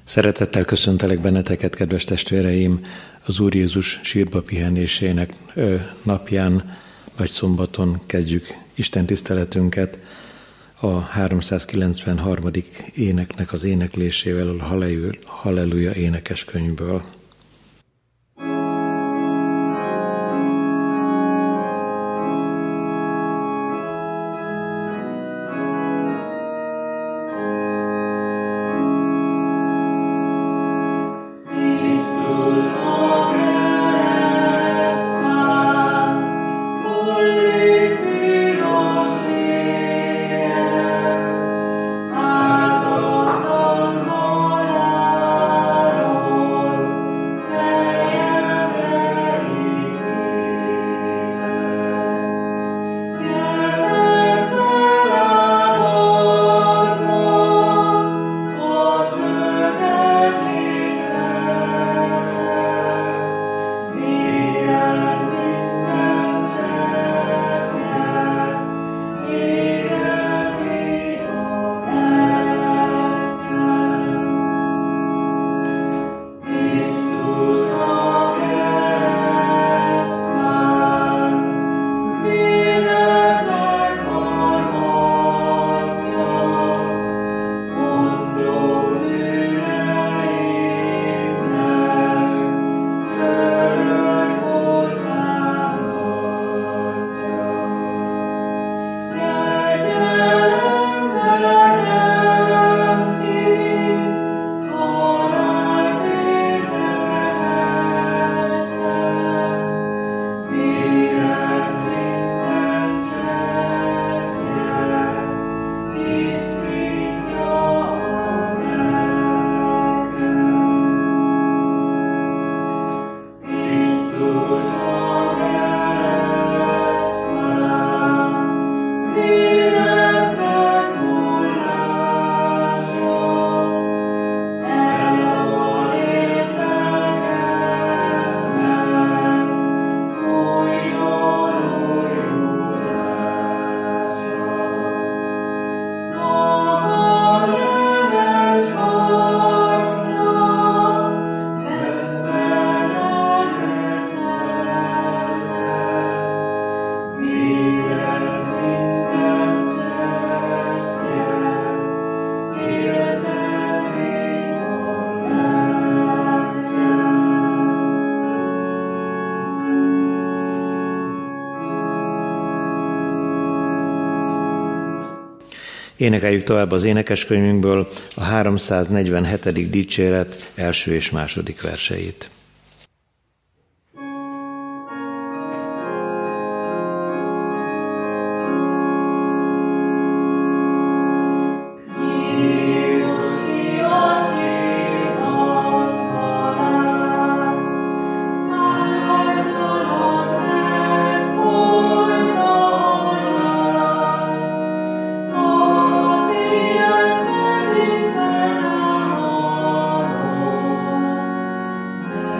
Szeretettel köszöntelek benneteket, kedves testvéreim, az Úr Jézus sírba pihenésének napján, nagyszombaton kezdjük Isten tiszteletünket a 393. éneknek az éneklésével, a Halleluja énekeskönyvből. Énekeljük tovább az énekeskönyvünkből a 347. dicséret első és második verseit. Oh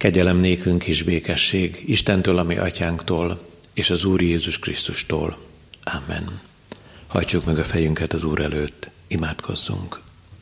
Kegyelem nékünk és békesség Istentől, ami atyánktól, és az Úr Jézus Krisztustól. Amen. Hajtsuk meg a fejünket az Úr előtt, imádkozzunk.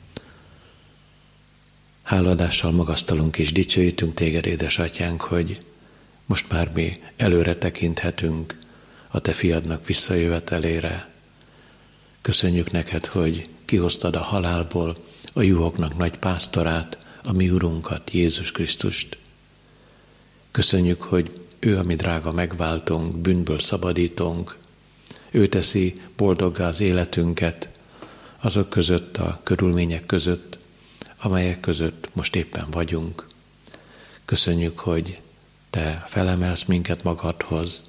Háladással magasztalunk és dicsőítünk téged, édesatyánk, hogy most már mi előre tekinthetünk a te fiadnak visszajövetelére. Köszönjük neked, hogy kihoztad a halálból a juhoknak nagy pásztorát, a mi Urunkat, Jézus Krisztust. Köszönjük, hogy ő a mi drága megváltónk, bűnből szabadítónk. Ő teszi boldoggá az életünket azok között, a körülmények között, amelyek között most éppen vagyunk. Köszönjük, hogy te felemelsz minket magadhoz.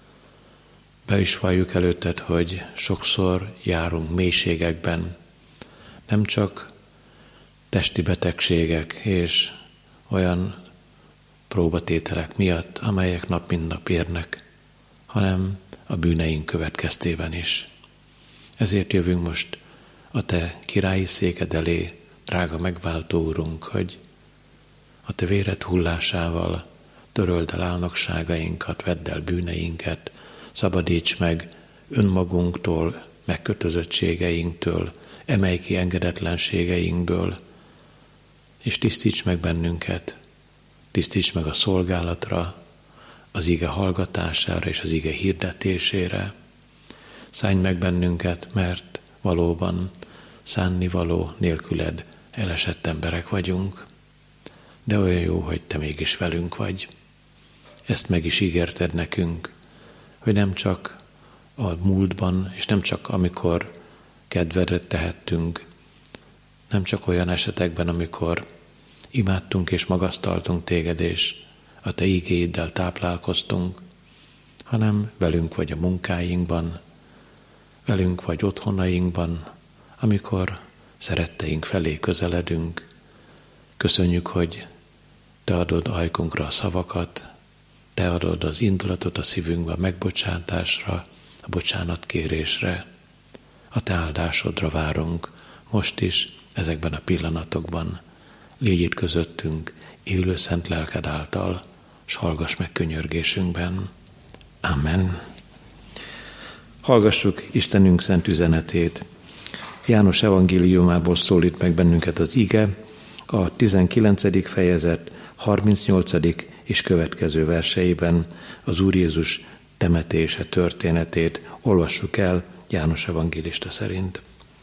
Be is valljuk előtted, hogy sokszor járunk mélységekben, nem csak testi betegségek és olyan próbatételek miatt, amelyek nap mint nap érnek, hanem a bűneink következtében is. Ezért jövünk most a te királyi széked elé, drága megváltó Urunk, hogy a te véred hullásával töröld el álnokságainkat, vedd el bűneinket, szabadíts meg önmagunktól, megkötözöttségeinktől, emelj ki engedetlenségeinkből, és tisztíts meg bennünket, tisztíts meg a szolgálatra, az ige hallgatására és az ige hirdetésére. Szállj meg bennünket, mert valóban szánnivaló nélküled elesett emberek vagyunk, de olyan jó, hogy te mégis velünk vagy. Ezt meg is ígérted nekünk, hogy nem csak a múltban, és nem csak amikor kedvedre tehettünk, nem csak olyan esetekben, amikor imádtunk és magasztaltunk téged, és a te ígéiddel táplálkoztunk, hanem velünk vagy a munkáinkban, velünk vagy otthonainkban, amikor szeretteink felé közeledünk. Köszönjük, hogy te adod ajkunkra a szavakat, te adod az indulatot a szívünkbe a megbocsátásra, a bocsánatkérésre. A te áldásodra várunk most is, ezekben a pillanatokban. Légy itt közöttünk, élő szent lelked által, s hallgass meg könyörgésünkben. Amen. Hallgassuk Istenünk szent üzenetét. János evangéliumából szólít meg bennünket az ige, a 19. fejezet 38. és következő verseiben az Úr Jézus temetése történetét olvassuk el János evangélista szerint.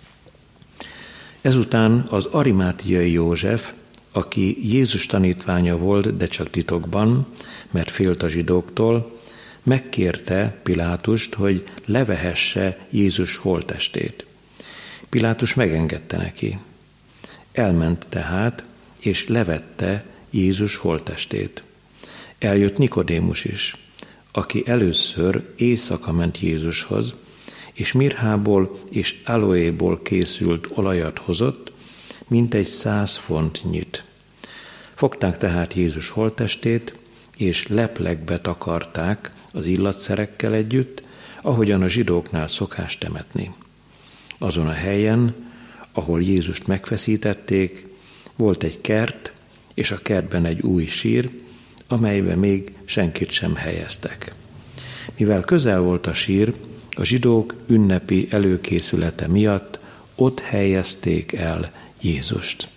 Ezután az arimátiai József, aki Jézus tanítványa volt, de csak titokban, mert félt a zsidóktól, megkérte Pilátust, hogy levehesse Jézus holttestét. Pilátus megengedte neki. Elment tehát, és levette Jézus holttestét. Eljött Nikodémus is, aki először éjszaka ment Jézushoz, és mirhából és aloéból készült olajat hozott, mintegy 100 fontnyit. Fogták tehát Jézus holttestét, és leplekbe takarták az illatszerekkel együtt, ahogyan a zsidóknál szokás temetni. Azon a helyen, ahol Jézust megfeszítették, volt egy kert, és a kertben egy új sír, amelybe még senkit sem helyeztek. Mivel közel volt a sír, a zsidók ünnepi előkészülete miatt ott helyezték el Jézust.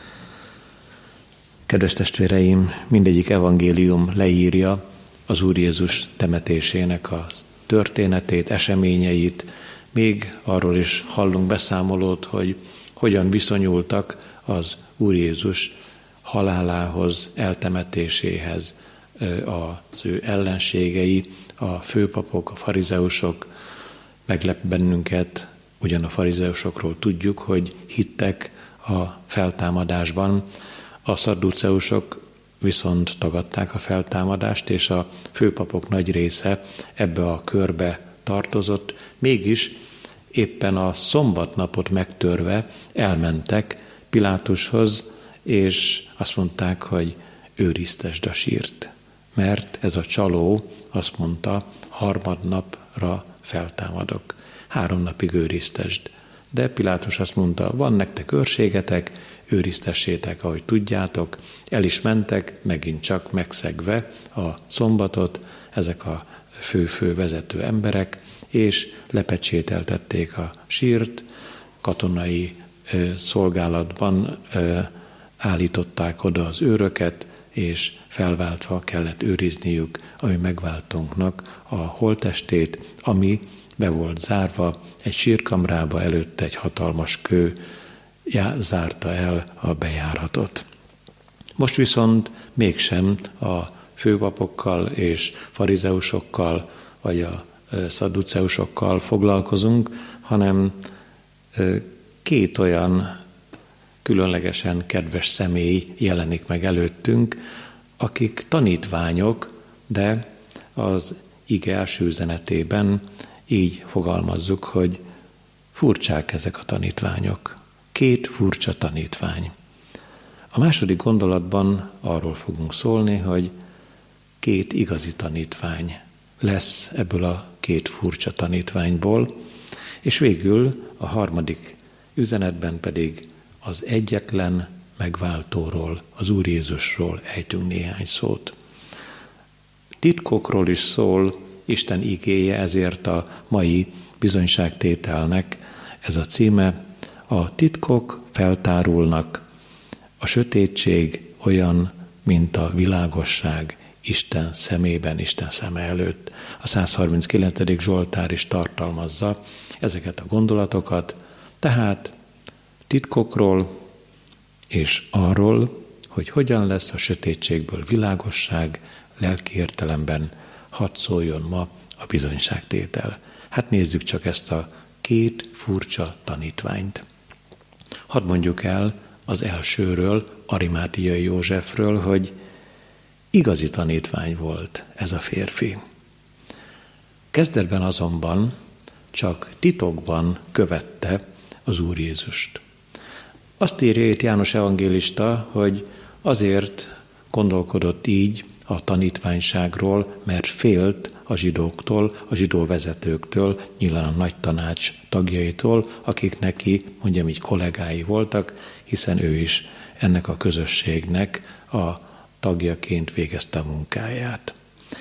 Kedves testvéreim, mindegyik evangélium leírja az Úr Jézus temetésének a történetét, eseményeit, még arról is hallunk beszámolót, hogy hogyan viszonyultak az Úr Jézus halálához, eltemetéséhez az ő ellenségei, a főpapok, a farizeusok. Meglep bennünket, ugyan a farizeusokról tudjuk, hogy hittek a feltámadásban, a szadduceusok viszont tagadták a feltámadást, és a főpapok nagy része ebbe a körbe tartozott, mégis éppen a szombatnapot megtörve elmentek Pilátushoz, és azt mondták, hogy őriztesd a sírt, mert ez a csaló azt mondta, harmadnapra feltámadok, 3 napig őriztesd. De Pilátus azt mondta, van nektek őrségetek, őriztessétek, ahogy tudjátok. El is mentek, megint csak megszegve a szombatot, ezek a fő vezető emberek, és lepecsételtették a sírt, katonai szolgálatban állították oda az őröket, és felváltva kellett őrizniük a mi megváltónknak a holttestét, ami be volt zárva egy sírkamrába, előtte egy hatalmas kő zárta el a bejáratot. Most viszont mégsem a főpapokkal és farizeusokkal, vagy a szadduceusokkal foglalkozunk, hanem két olyan különlegesen kedves személy jelenik meg előttünk, akik tanítványok, de az ige első üzenetében így fogalmazzuk, hogy furcsák ezek a tanítványok. Két furcsa tanítvány. A második gondolatban arról fogunk szólni, hogy két igazi tanítvány lesz ebből a két furcsa tanítványból, és végül a harmadik üzenetben pedig az egyetlen megváltóról, az Úr Jézusról ejtünk néhány szót. Titkokról is szól Isten igéje, ezért a mai bizonyságtételnek ez a címe. A titkok feltárulnak, a sötétség olyan, mint a világosság Isten szemében, Isten szeme előtt. A 139. Zsoltár is tartalmazza ezeket a gondolatokat, tehát titkokról és arról, hogy hogyan lesz a sötétségből világosság, lelki értelemben hadd szóljon ma a bizonyságtétel. Hát nézzük csak ezt a két furcsa tanítványt. Hadd mondjuk el az elsőről, Arimátiai Józsefről, hogy igazi tanítvány volt ez a férfi. Kezdetben azonban csak titokban követte az Úr Jézust. Azt írja itt János evangélista, hogy azért gondolkodott így a tanítványságról, mert félt a zsidóktól, a zsidó vezetőktől, nyilván a nagy tanács tagjaitól, akik neki, mondjam így, kollégái voltak, hiszen ő is ennek a közösségnek a tagjaként végezte a munkáját.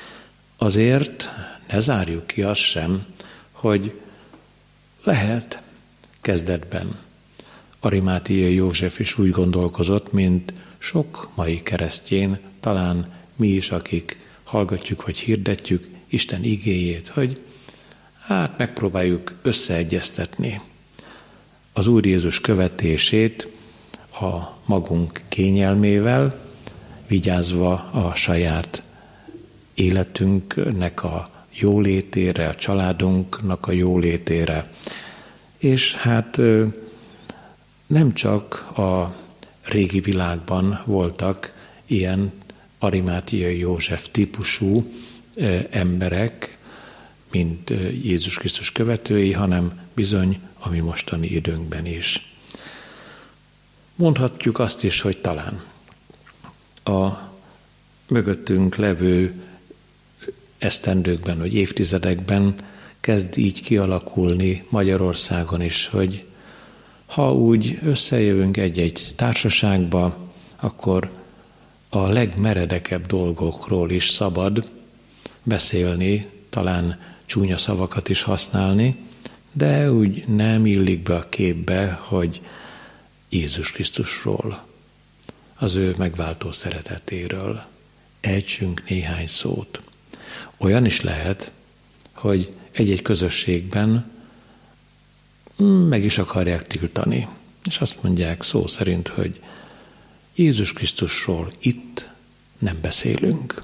Azért ne zárjuk ki azt sem, hogy lehet kezdetben Arimátiai József is úgy gondolkozott, mint sok mai keresztjén, talán mi is, akik hallgatjuk vagy hirdetjük Isten igéjét, hogy hát megpróbáljuk összeegyeztetni az Úr Jézus követését a magunk kényelmével, vigyázva a saját életünknek a jólétére, a családunknak a jólétére. És hát nem csak a régi világban voltak ilyen Arimátiai József típusú emberek, mint Jézus Krisztus követői, hanem bizony a mi mostani időnkben is. Mondhatjuk azt is, hogy talán a mögöttünk levő esztendőkben, vagy évtizedekben kezd így kialakulni Magyarországon is, hogy ha úgy összejövünk egy-egy társaságba, akkor a legmeredekebb dolgokról is szabad beszélni, talán csúnya szavakat is használni, de úgy nem illik be a képbe, hogy Jézus Krisztusról, az ő megváltó szeretetéről ejtsünk néhány szót. Olyan is lehet, hogy egy-egy közösségben meg is akarják tiltani, és azt mondják szó szerint, hogy Jézus Krisztusról itt nem beszélünk.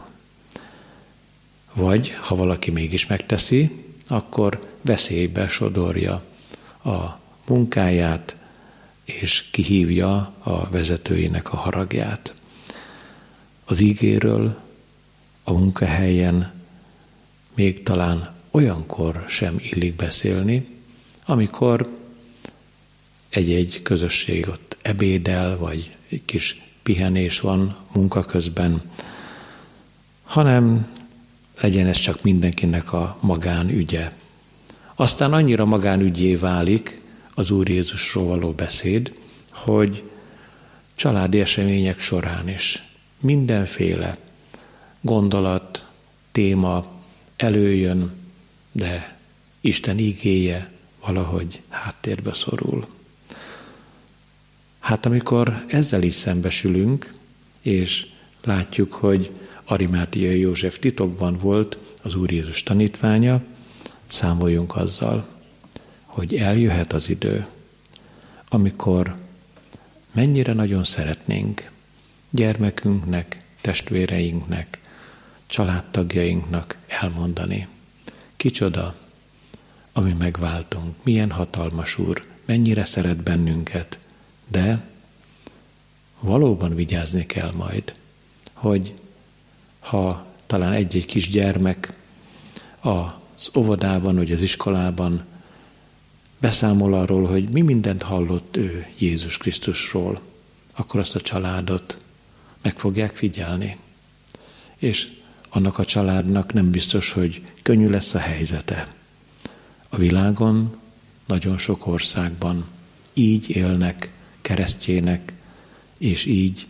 Vagy, ha valaki mégis megteszi, akkor veszélybe sodorja a munkáját, és kihívja a vezetőinek a haragját. Az ígéről a munkahelyen még talán olyankor sem illik beszélni, amikor egy-egy közösség ott ebédel, vagy egy kis pihenés van munka közben, hanem legyen ez csak mindenkinek a magánügye. Aztán annyira magánügyé válik az Úr Jézusról való beszéd, hogy családi események során is mindenféle gondolat, téma előjön, de Isten igéje valahogy háttérbe szorul. Hát amikor ezzel is szembesülünk, és látjuk, hogy Arimátiai József titokban volt az Úr Jézus tanítványa, számoljunk azzal, hogy eljöhet az idő, amikor mennyire nagyon szeretnénk gyermekünknek, testvéreinknek, családtagjainknak elmondani. Kicsoda, ami megváltunk, milyen hatalmas Úr, mennyire szeret bennünket, de valóban vigyázni kell majd, hogy ha talán egy-egy kis gyermek az óvodában vagy az iskolában beszámol arról, hogy mi mindent hallott ő Jézus Krisztusról, akkor azt a családot meg fogják figyelni. És annak a családnak nem biztos, hogy könnyű lesz a helyzete. A világon, nagyon sok országban így élnek keresztjének, és így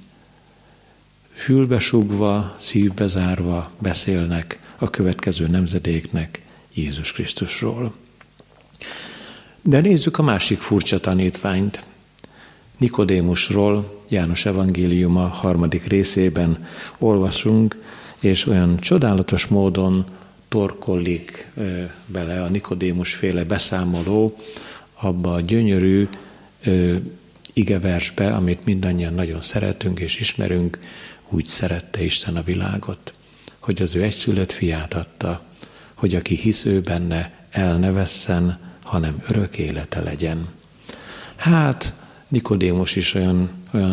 fülbesugva, szívbe zárva beszélnek a következő nemzedéknek Jézus Krisztusról. De nézzük a másik furcsa tanítványt. Nikodémusról János evangéliuma 3. részében olvasunk, és olyan csodálatos módon torkollik bele a Nikodémus-féle beszámoló abba a gyönyörű igeversbe, amit mindannyian nagyon szeretünk és ismerünk, úgy szerette Isten a világot, hogy az ő egyszülött fiát adta, hogy aki hisz ő benne, el ne vesszen, hanem örök élete legyen. Hát Nikodémus is olyan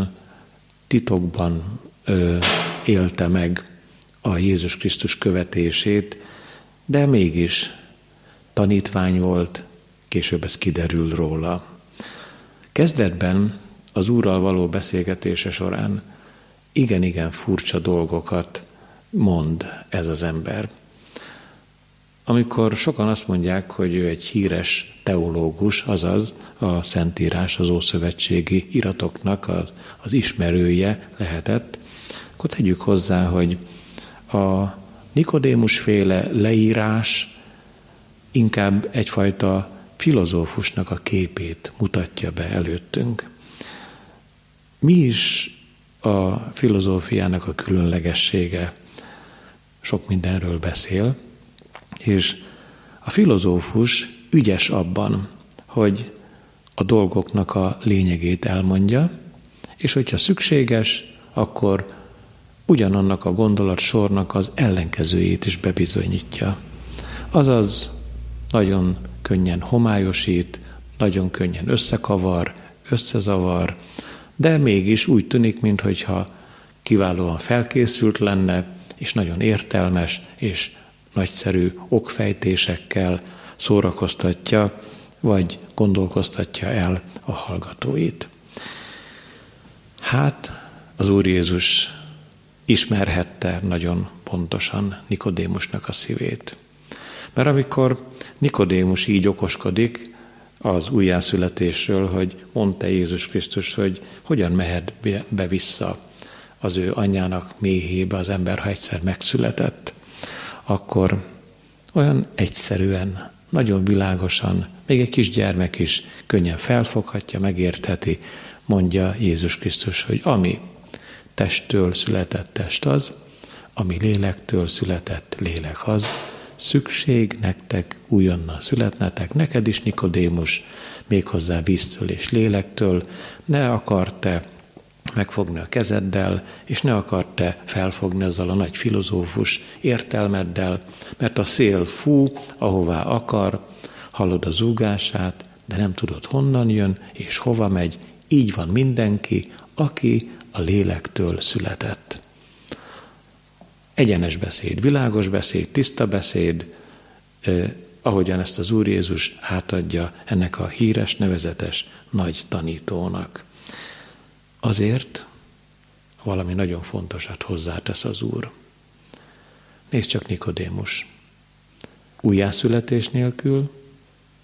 titokban élte meg a Jézus Krisztus követését, de mégis tanítvány volt, később ez kiderül róla. Kezdetben az Úrral való beszélgetése során igen-igen furcsa dolgokat mond ez az ember. Amikor sokan azt mondják, hogy ő egy híres teológus, azaz a Szentírás, az ószövetségi iratoknak az ismerője lehetett, akkor tegyük hozzá, hogy a Nikodémus-féle leírás inkább egyfajta filozófusnak a képét mutatja be előttünk. Mi is a filozófiának a különlegessége? Sok mindenről beszél, és a filozófus ügyes abban, hogy a dolgoknak a lényegét elmondja, és hogyha szükséges, akkor ugyanannak a gondolatsornak az ellenkezőjét is bebizonyítja. Azaz nagyon könnyen homályosít, nagyon könnyen összekavar, összezavar, de mégis úgy tűnik, minthogyha kiválóan felkészült lenne, és nagyon értelmes, és nagyszerű okfejtésekkel szórakoztatja, vagy gondolkoztatja el a hallgatóit. Hát az Úr Jézus ismerhette nagyon pontosan Nikodémusnak a szívét. Mert amikor Nikodémus így okoskodik az újjászületésről, hogy mondta Jézus Krisztus, hogy hogyan mehet be vissza az ő anyjának méhébe az ember, ha egyszer megszületett, akkor olyan egyszerűen, nagyon világosan, még egy kis gyermek is könnyen felfoghatja, megértheti, mondja Jézus Krisztus, hogy ami testtől született test az, ami lélektől született lélek az, szükség nektek újonnan születnetek, neked is, Nikodémus, méghozzá víztől és lélektől, ne akar te megfogni a kezeddel, és ne akar te felfogni azzal a nagy filozófus értelmeddel, mert a szél fú, ahová akar, hallod a zúgását, de nem tudod honnan jön, és hova megy, így van mindenki, aki a lélektől született. Egyenes beszéd, világos beszéd, tiszta beszéd, ahogyan ezt az Úr Jézus átadja ennek a híres, nevezetes nagy tanítónak. Azért valami nagyon fontosat hozzátesz az Úr. Nézd csak Nikodémus. Újjászületés nélkül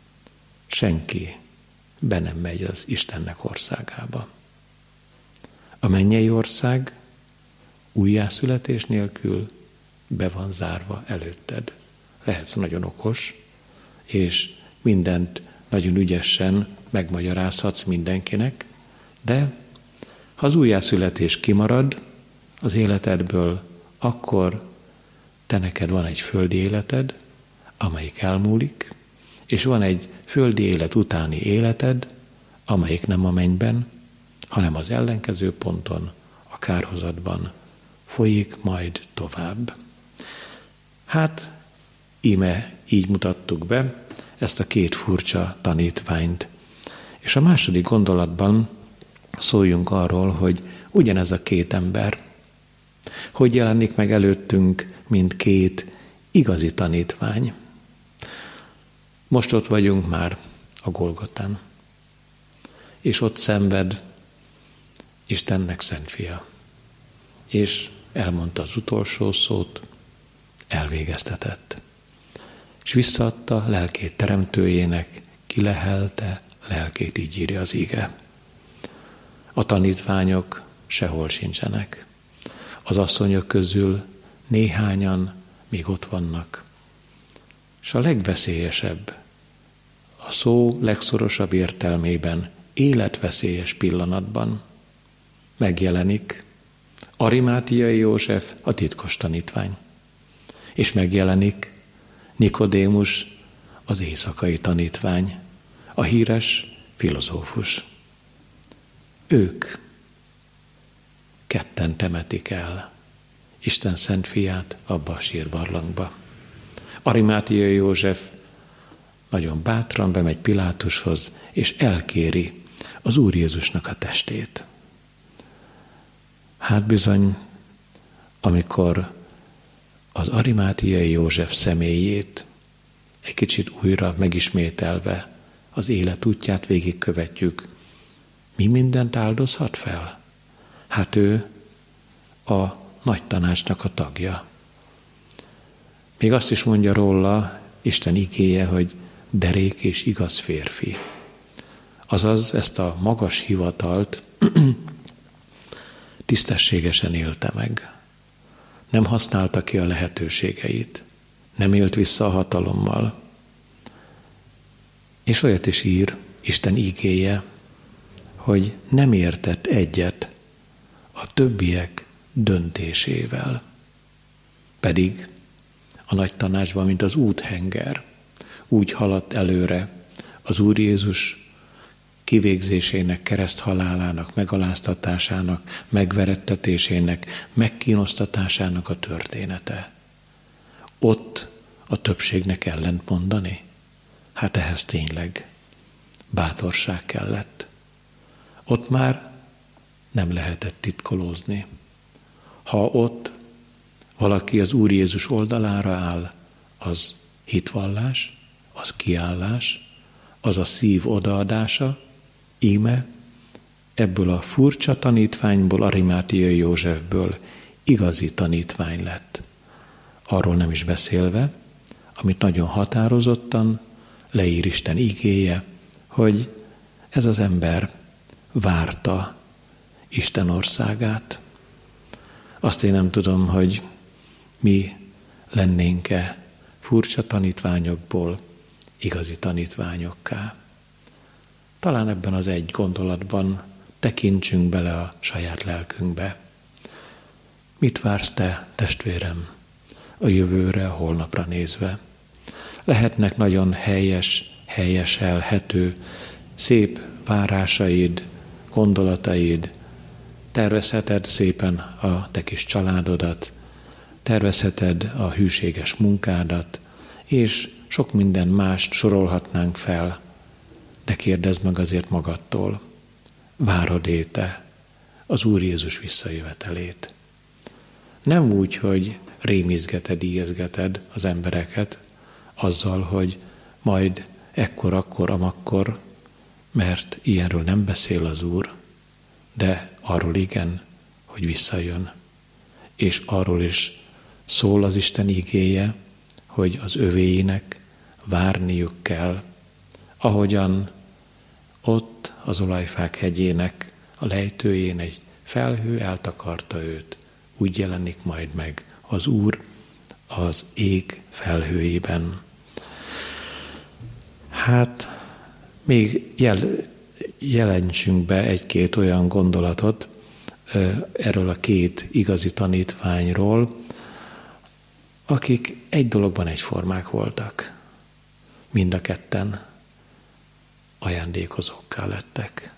senki be nem megy az Istennek országába. A mennyei ország újjászületés nélkül be van zárva előtted. Lehetsz nagyon okos, és mindent nagyon ügyesen megmagyarázhatsz mindenkinek, de ha az újjászületés kimarad az életedből, akkor te neked van egy földi életed, amelyik elmúlik, és van egy földi élet utáni életed, amelyik nem a mennyben, hanem az ellenkező ponton, a kárhozatban folyik majd tovább. Hát, íme így mutattuk be ezt a két furcsa tanítványt. És a második gondolatban szóljunk arról, hogy ugyanez a két ember, hogy jelenik meg előttünk, mint két igazi tanítvány. Most ott vagyunk már a Golgotán, és ott szenved Istennek szent fia, és elmondta az utolsó szót, elvégeztetett, és visszaadta lelkét teremtőjének, kilehelte lelkét, így írja az ige. A tanítványok sehol sincsenek. Az asszonyok közül néhányan még ott vannak. És a legveszélyesebb, a szó legszorosabb értelmében, életveszélyes pillanatban megjelenik Arimátiai József, a titkos tanítvány. És megjelenik Nikodémus, az éjszakai tanítvány, a híres filozófus. Ők ketten temetik el Isten szent fiát abba a sírbarlangba. Arimátiai József nagyon bátran bemegy Pilátushoz, és elkéri az Úr Jézusnak a testét. Hát bizony, amikor az Arimátiai József személyét egy kicsit újra megismételve az élet útját végigkövetjük, mi mindent áldozhat fel? Hát ő a nagy tanácsnak a tagja. Még azt is mondja róla Isten igéje, hogy derék és igaz férfi. Azaz ezt a magas hivatalt tisztességesen élte meg. Nem használta ki a lehetőségeit. Nem élt vissza a hatalommal. És olyat is ír Isten igéje, hogy nem értett egyet a többiek döntésével. Pedig a nagy tanácsban, mint az úthenger, úgy haladt előre az Úr Jézus kivégzésének, kereszthalálának, megaláztatásának, megverettetésének, megkínoztatásának a története. Ott a többségnek ellent mondani? Hát ehhez tényleg bátorság kellett. Ott már nem lehetett titkolózni. Ha ott valaki az Úr Jézus oldalára áll, az hitvallás, az kiállás, az a szív odaadása, íme ebből a furcsa tanítványból, Arimátiai Józsefből igazi tanítvány lett. Arról nem is beszélve, amit nagyon határozottan leír Isten igéje, hogy ez az ember várta Isten országát. Azt én nem tudom, hogy mi lennénk-e furcsa tanítványokból igazi tanítványokká. Talán ebben az egy gondolatban tekintsünk bele a saját lelkünkbe. Mit vársz te, testvérem, a jövőre, a holnapra nézve? Lehetnek nagyon helyeselhető, szép várásaid, gondolataid, tervezheted szépen a te kis családodat, tervezheted a hűséges munkádat, és sok minden mást sorolhatnánk fel, de kérdezd meg azért magadtól, várod-e te az Úr Jézus visszajövetelét? Nem úgy, hogy rémizgeted, ijeszgeted az embereket azzal, hogy majd ekkor, amakkor, mert ilyenről nem beszél az Úr, de arról igen, hogy visszajön. És arról is szól az Isten igéje, hogy az övéinek várniuk kell, ahogyan ott az Olajfák hegyének a lejtőjén egy felhő eltakarta őt, úgy jelenik majd meg az Úr az ég felhőiben. Hát még jelentsünk be egy-két olyan gondolatot erről a két igazi tanítványról, akik egy dologban egyformák voltak. Mind a ketten ajándékozókká lettek.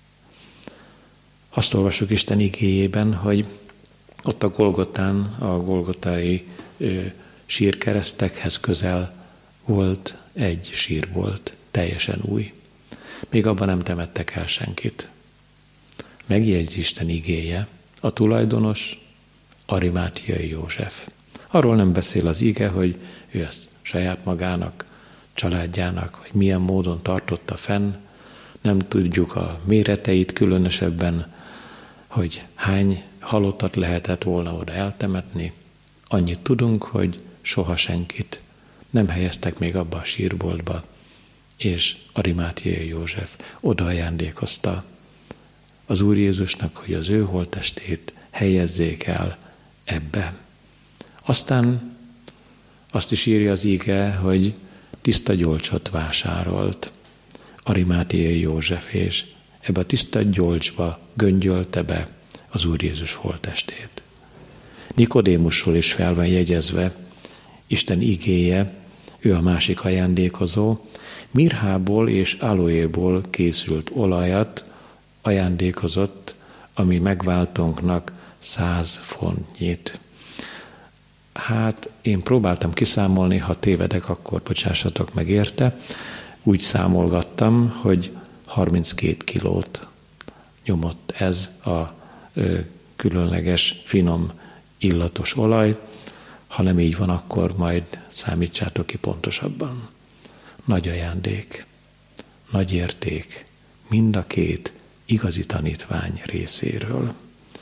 Azt olvassuk Isten igéjében, hogy ott a Golgotán, a golgotai sírkeresztekhez közel volt egy sírbolt, teljesen új. Még abban nem temettek el senkit. Megjegyzi Isten igéje, a tulajdonos Arimátiai József. Arról nem beszél az ige, hogy ő ezt saját magának, családjának, vagy milyen módon tartotta fenn. Nem tudjuk a méreteit, különösebben, hogy hány halottat lehetett volna oda eltemetni. Annyit tudunk, hogy soha senkit nem helyeztek még abba a sírboltba, és Arimátiai József oda ajándékozta az Úr Jézusnak, hogy az ő holttestét helyezzék el ebbe. Aztán azt is írja az ige, hogy tiszta gyolcsot vásárolt Arimátiai József, és ebbe a tiszta gyolcsba göngyölte be az Úr Jézus holttestét. Nikodémusról is fel van jegyezve Isten igéje, ő a másik ajándékozó, mirhából és aloéból készült olajat ajándékozott, ami megváltónknak 100 fontnyit. Hát én próbáltam kiszámolni, ha tévedek, akkor bocsássatok meg érte. Úgy számolgattam, hogy 32 kilót nyomott ez a különleges, finom, illatos olaj. Ha nem így van, akkor majd számítsátok ki pontosabban. Nagy ajándék, nagy érték, mind a két igazi tanítvány részéről.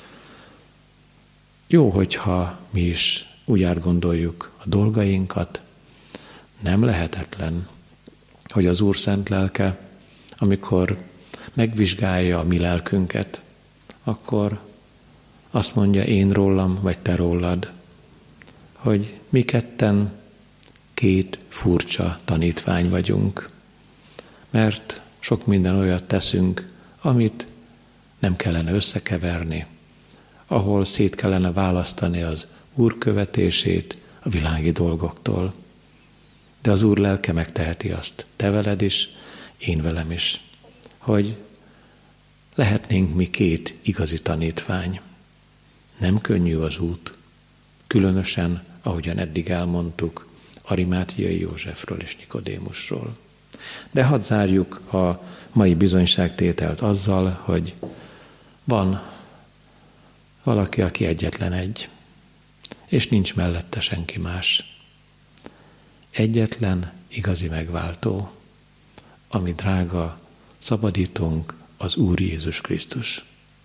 Jó, hogyha mi is úgy átgondoljuk a dolgainkat, nem lehetetlen, hogy az Úr szent lelke, amikor megvizsgálja a mi lelkünket, akkor azt mondja, én rólam, vagy te rólad, hogy mi ketten két furcsa tanítvány vagyunk, mert sok minden olyat teszünk, amit nem kellene összekeverni, ahol szét kellene választani az Úr követését a világi dolgoktól. De az Úr lelke megteheti azt, te veled is, én velem is, hogy lehetnénk mi két igazi tanítvány. Nem könnyű az út, különösen, ahogyan eddig elmondtuk, Arimátiai Józsefről és Nikodémusról. De hadd zárjuk a mai bizonyságtételt azzal, hogy van valaki, aki egyetlen egy, és nincs mellette senki más. Egyetlen igazi megváltó, ami drága szabadítónk, az Úr Jézus Krisztus.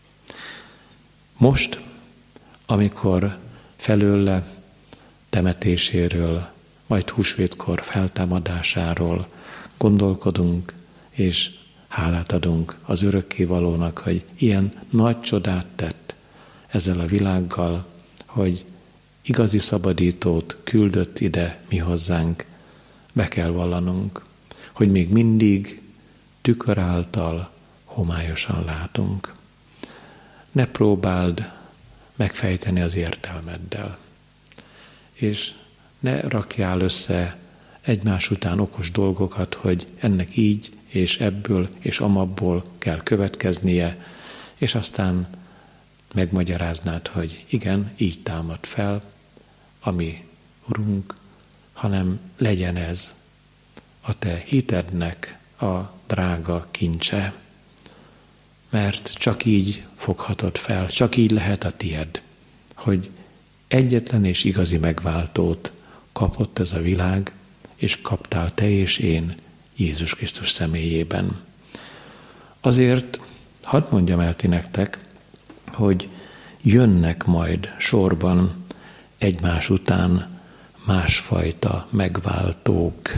Most, amikor felőle temetéséről, majd húsvétkor feltámadásáról gondolkodunk, és hálát adunk az örökkévalónak, hogy ilyen nagy csodát tett ezzel a világgal, hogy igazi szabadítót küldött ide mi hozzánk, be kell vallanunk, hogy még mindig tükör által homályosan látunk. Ne próbáld megfejteni az értelmeddel, és ne rakjál össze egymás után okos dolgokat, hogy ennek így, és ebből, és amabból kell következnie, és aztán megmagyaráznád, hogy igen, így támad fel a mi Urunk, hanem legyen ez a te hitednek a drága kincse, mert csak így foghatod fel, csak így lehet a tied, hogy egyetlen és igazi megváltót kapott ez a világ, és kaptál te és én Jézus Krisztus személyében. Azért hadd mondjam el ti nektek, hogy jönnek majd sorban egymás után másfajta megváltók.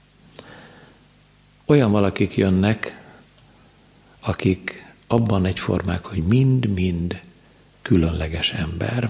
Olyan valakik jönnek, akik abban egyformák, hogy mind-mind különleges ember.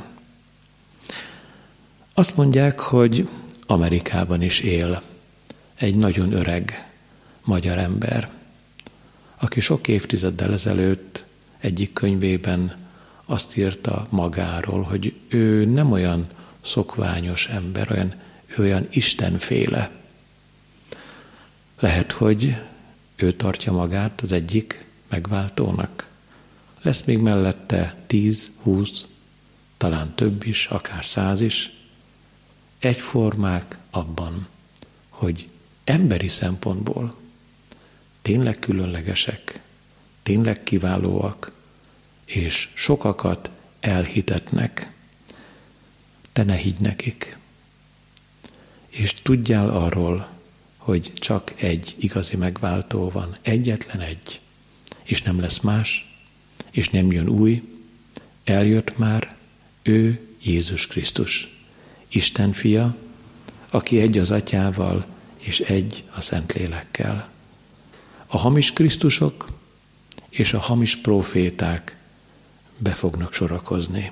Azt mondják, hogy Amerikában is él egy nagyon öreg magyar ember, aki sok évtizeddel ezelőtt egyik könyvében azt írta magáról, hogy ő nem olyan szokványos ember, olyan istenféle. Lehet, hogy ő tartja magát az egyik megváltónak. Lesz még mellette 10, 20, talán több is, akár 100 is. Egyformák abban, hogy emberi szempontból tényleg különlegesek, tényleg kiválóak, és sokakat elhitetnek. Te ne higgy nekik. És tudjál arról, hogy csak egy igazi megváltó van, egyetlen egy, és nem lesz más, és nem jön új, eljött már, ő Jézus Krisztus, Isten fia, aki egy az Atyával, és egy a Szentlélekkel. A hamis Krisztusok és a hamis próféták be fognak sorakozni.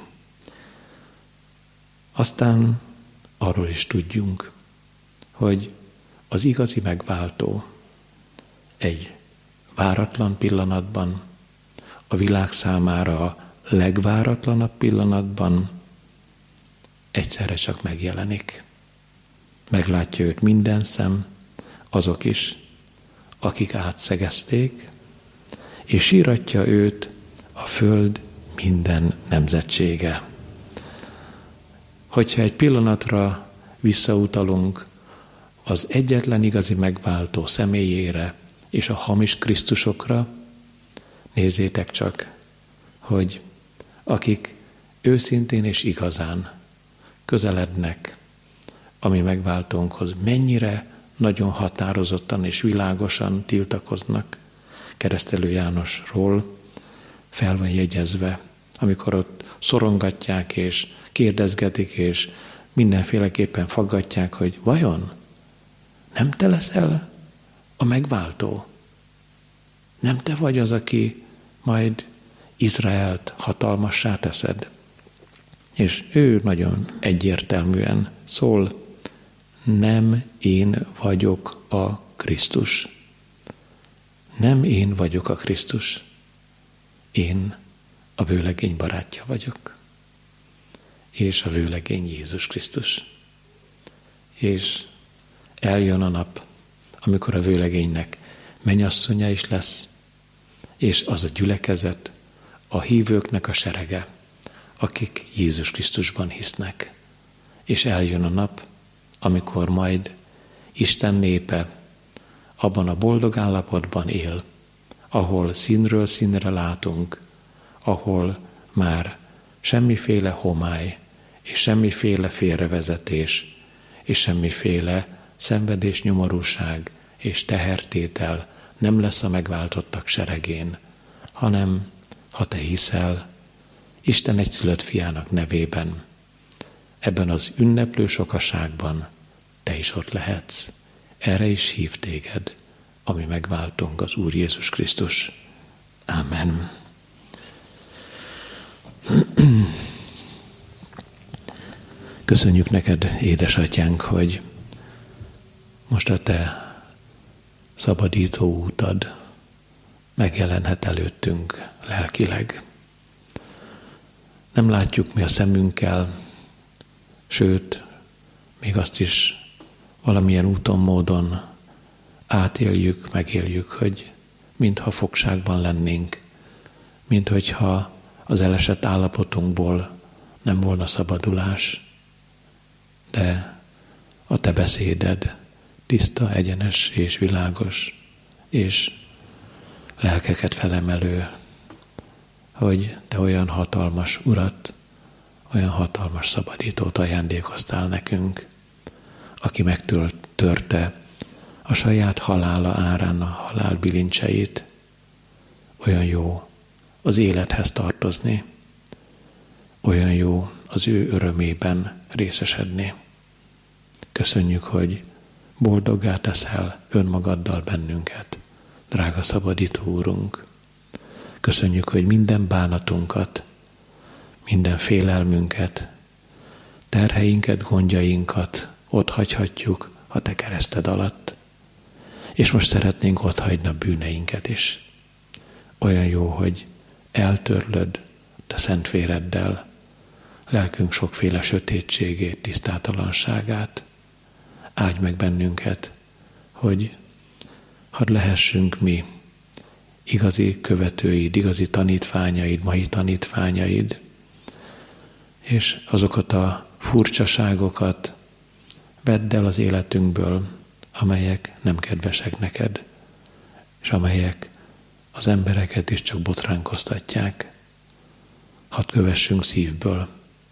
Aztán arról is tudjunk, hogy az igazi megváltó egy váratlan pillanatban, a világ számára a legváratlanabb pillanatban egyszerre csak megjelenik. Meglátja őt minden szem, azok is, akik átszegezték, és síratja őt a föld minden nemzetsége. Hogyha egy pillanatra visszautalunk az egyetlen igazi megváltó személyére és a hamis Krisztusokra, nézzétek csak, hogy akik őszintén és igazán közelednek a mi megváltónkhoz, mennyire nagyon határozottan és világosan tiltakoznak. Keresztelő Jánosról fel van jegyezve, amikor ott szorongatják és kérdezgetik, és mindenféleképpen faggatják, hogy vajon nem te leszel a megváltó? Nem te vagy az, aki majd Izraelt hatalmassá teszed? És ő nagyon egyértelműen szól, nem én vagyok a Krisztus. Nem én vagyok a Krisztus. Én a vőlegény barátja vagyok. És a vőlegény Jézus Krisztus. És eljön a nap, amikor a vőlegénynek mennyasszonya is lesz, és az a gyülekezet, a hívőknek a serege, akik Jézus Krisztusban hisznek. És eljön a nap, amikor majd Isten népe abban a boldog állapotban él, ahol színről színre látunk, ahol már semmiféle homály, és semmiféle félrevezetés, és semmiféle szenvedés, nyomorúság és tehertétel nem lesz a megváltottak seregén, hanem, ha te hiszel, Isten egyszülött fiának nevében, ebben az ünneplő sokaságban te is ott lehetsz. Erre is hív téged, ami megváltunk, az Úr Jézus Krisztus. Amen. Köszönjük neked, édesatyánk, hogy most a te szabadító útad megjelenhet előttünk lelkileg. Nem látjuk mi a szemünkkel, sőt, még azt is valamilyen úton, módon átéljük, megéljük, hogy mintha fogságban lennénk, minthogyha az elesett állapotunkból nem volna szabadulás. De a te beszéded tiszta, egyenes és világos, és lelkeket felemelő, hogy te olyan hatalmas Urat, olyan hatalmas szabadítót ajándékoztál nekünk, aki megtörte a saját halála árán a halál bilincseit. Olyan jó az élethez tartozni, olyan jó az ő örömében részesedni. Köszönjük, hogy boldoggá teszel önmagaddal bennünket, drága szabadító Úrunk. Köszönjük, hogy minden bánatunkat, minden félelmünket, terheinket, gondjainkat ott hagyhatjuk a te kereszted alatt. És most szeretnénk ott hagyni a bűneinket is. Olyan jó, hogy eltörlöd te szent véreddel lelkünk sokféle sötétségét, tisztátalanságát. Áldj meg bennünket, hogy hadd lehessünk mi igazi követőid, igazi tanítványaid, mai tanítványaid, és azokat a furcsaságokat vedd el az életünkből, amelyek nem kedvesek neked, és amelyek az embereket is csak botránkoztatják. Hadd kövessünk szívből,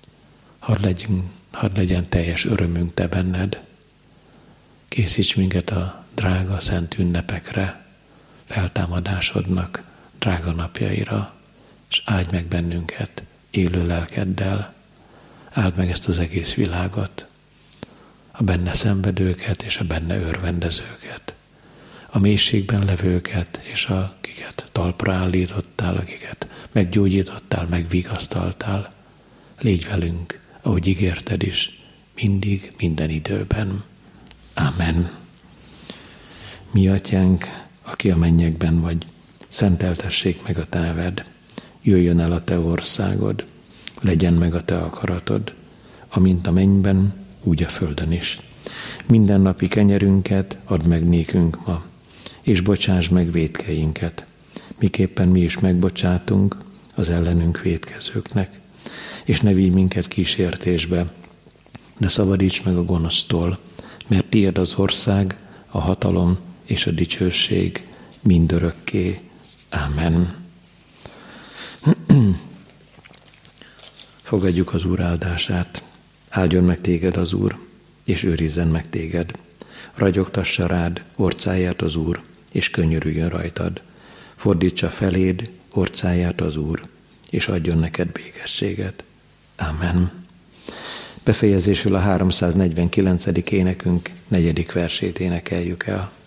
hadd legyen teljes örömünk te benned. Készíts minket a drága szent ünnepekre, feltámadásodnak drága napjaira, és áldj meg bennünket élő lelkeddel. Áld meg ezt az egész világot, a benne szenvedőket és a benne örvendezőket, a mélységben levőket és akiket talpra állítottál, akiket meggyógyítottál, megvigasztaltál. Légy velünk, ahogy ígérted is, mindig, minden időben. Amen. Mi atyánk, aki a mennyekben vagy, szenteltessék meg a te neved, jöjjön el a te országod, legyen meg a te akaratod, amint a mennyben, úgy a földön is. Mindennapi kenyerünket add meg nékünk ma, és bocsáss meg vétkeinket, miképpen mi is megbocsátunk az ellenünk vétkezőknek, és ne vigy minket kísértésbe, de szabadíts meg a gonosztól, mert tiéd az ország, a hatalom és a dicsőség mindörökké. Amen. Fogadjuk az Úr áldását. Áldjon meg téged az Úr, és őrizzen meg téged. Ragyogtassa rád orcáját az Úr, és könyörüljön rajtad. Fordítsa feléd orcáját az Úr, és adjon neked békességet. Amen. Befejezésül a 349. énekünk 4. versét énekeljük el.